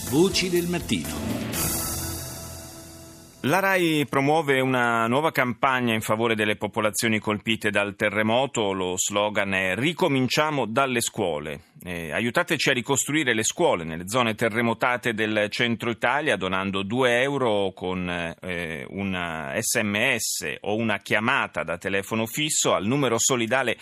Voci del mattino. La RAI promuove una nuova campagna in favore delle popolazioni colpite dal terremoto. Lo slogan è "Ricominciamo dalle scuole". Aiutateci a ricostruire le scuole nelle zone terremotate del centro Italia donando €2 con una SMS o una chiamata da telefono fisso al numero solidale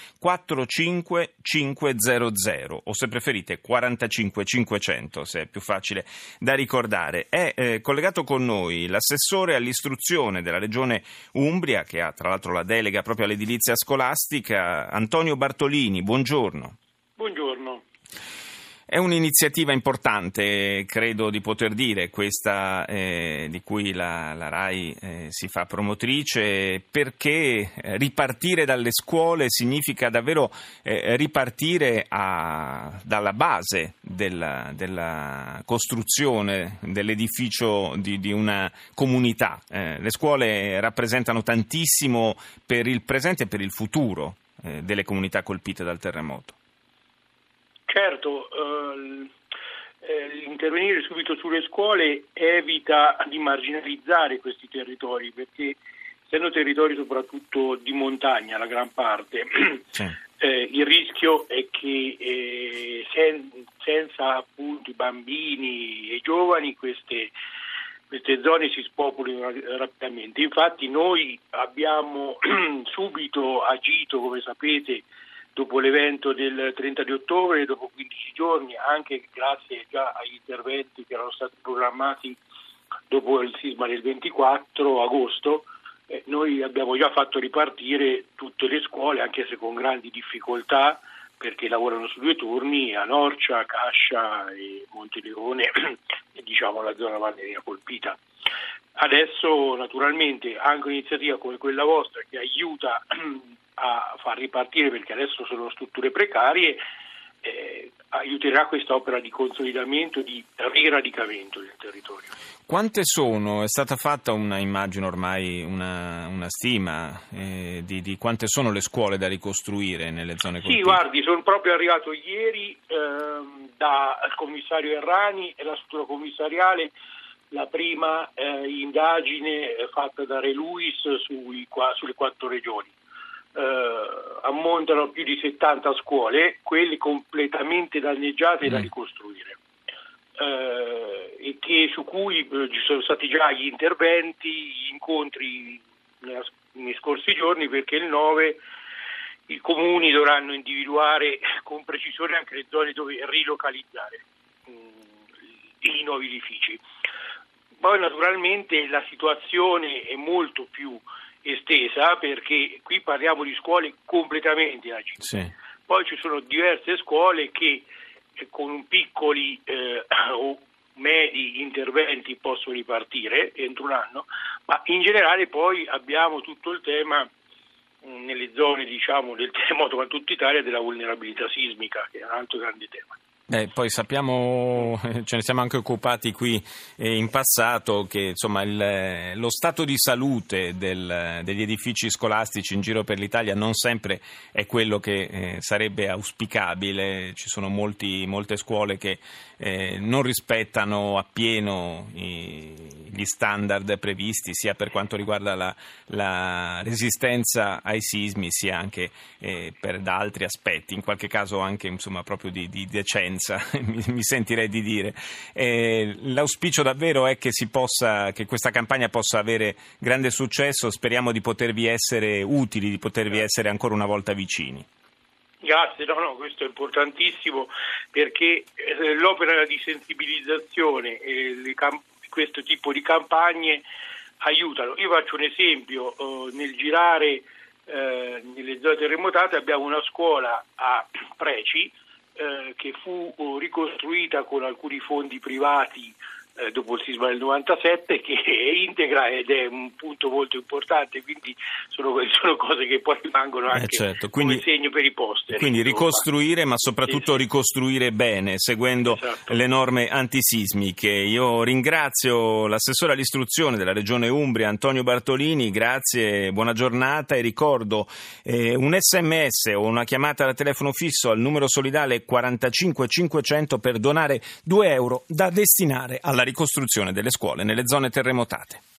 45500 o, se preferite, 45500, se è più facile da ricordare. È collegato con noi l'assessore all'istruzione della Regione Umbria, che ha tra l'altro la delega proprio all'edilizia scolastica, Antonio Bartolini. Buongiorno. Buongiorno. È un'iniziativa importante, credo di poter dire, questa di cui la RAI si fa promotrice, perché ripartire dalle scuole significa davvero ripartire dalla base della costruzione dell'edificio di una comunità. Le scuole rappresentano tantissimo per il presente e per il futuro delle comunità colpite dal terremoto. Certo, intervenire subito sulle scuole evita di marginalizzare questi territori, perché essendo territori soprattutto di montagna, la gran parte, sì. Il rischio è che senza appunto i bambini e i giovani queste zone si spopolino rapidamente. Infatti noi abbiamo subito agito, come sapete, dopo l'evento del 30 di ottobre, dopo 15 giorni, anche grazie già agli interventi che erano stati programmati dopo il sisma del 24 agosto, noi abbiamo già fatto ripartire tutte le scuole, anche se con grandi difficoltà, perché lavorano su 2 turni, a Norcia, Cascia e Monteleone, e diciamo la zona balneare colpita. Adesso naturalmente anche un'iniziativa come quella vostra che aiuta a far ripartire, perché adesso sono strutture precarie, aiuterà questa opera di consolidamento, di riradicamento del territorio. Quante sono? È stata fatta immagino ormai una stima di quante sono le scuole da ricostruire nelle zone colpite? Sì, guardi, sono proprio arrivato ieri dal commissario Errani e la struttura commissariale. La prima indagine fatta da Re Luis sulle 4 regioni. Ammontano più di 70 scuole, quelle completamente danneggiate da ricostruire, e che su cui ci sono stati già gli interventi, gli incontri nei scorsi giorni, perché il 9 i comuni dovranno individuare con precisione anche le zone dove rilocalizzare i nuovi edifici. Poi naturalmente la situazione è molto più estesa, perché qui parliamo di scuole completamente agili. Sì. Poi ci sono diverse scuole che con piccoli o medi interventi possono ripartire entro un anno, ma in generale poi abbiamo tutto il tema nelle zone diciamo del terremoto, ma in tutta Italia, della vulnerabilità sismica, che è un altro grande tema. Poi sappiamo, ce ne siamo anche occupati qui in passato, che insomma lo stato di salute degli edifici scolastici in giro per l'Italia non sempre è quello che sarebbe auspicabile. Ci sono molte scuole che non rispettano appieno gli standard previsti, sia per quanto riguarda la resistenza ai sismi, sia anche da altri aspetti, in qualche caso anche insomma proprio di decenza. Mi sentirei di dire. L'auspicio davvero è che questa campagna possa avere grande successo. Speriamo di potervi essere utili, di potervi essere ancora una volta vicini. Grazie, no, questo è importantissimo, perché l'opera di sensibilizzazione e questo tipo di campagne aiutano. Io faccio un esempio: nel girare nelle zone terremotate abbiamo una scuola a Preci che fu ricostruita con alcuni fondi privati dopo il sisma del 97, che è integra ed è un punto molto importante, quindi sono cose che poi rimangono anche certo. come segno per i posteri. Quindi ricostruire, ma soprattutto ricostruire bene, seguendo le norme antisismiche. Io ringrazio l'assessore all'istruzione della Regione Umbria, Antonio Bartolini, grazie, buona giornata, e ricordo un SMS o una chiamata da telefono fisso al numero solidale 45 500 per donare €2 da destinare alla ricostruzione delle scuole nelle zone terremotate.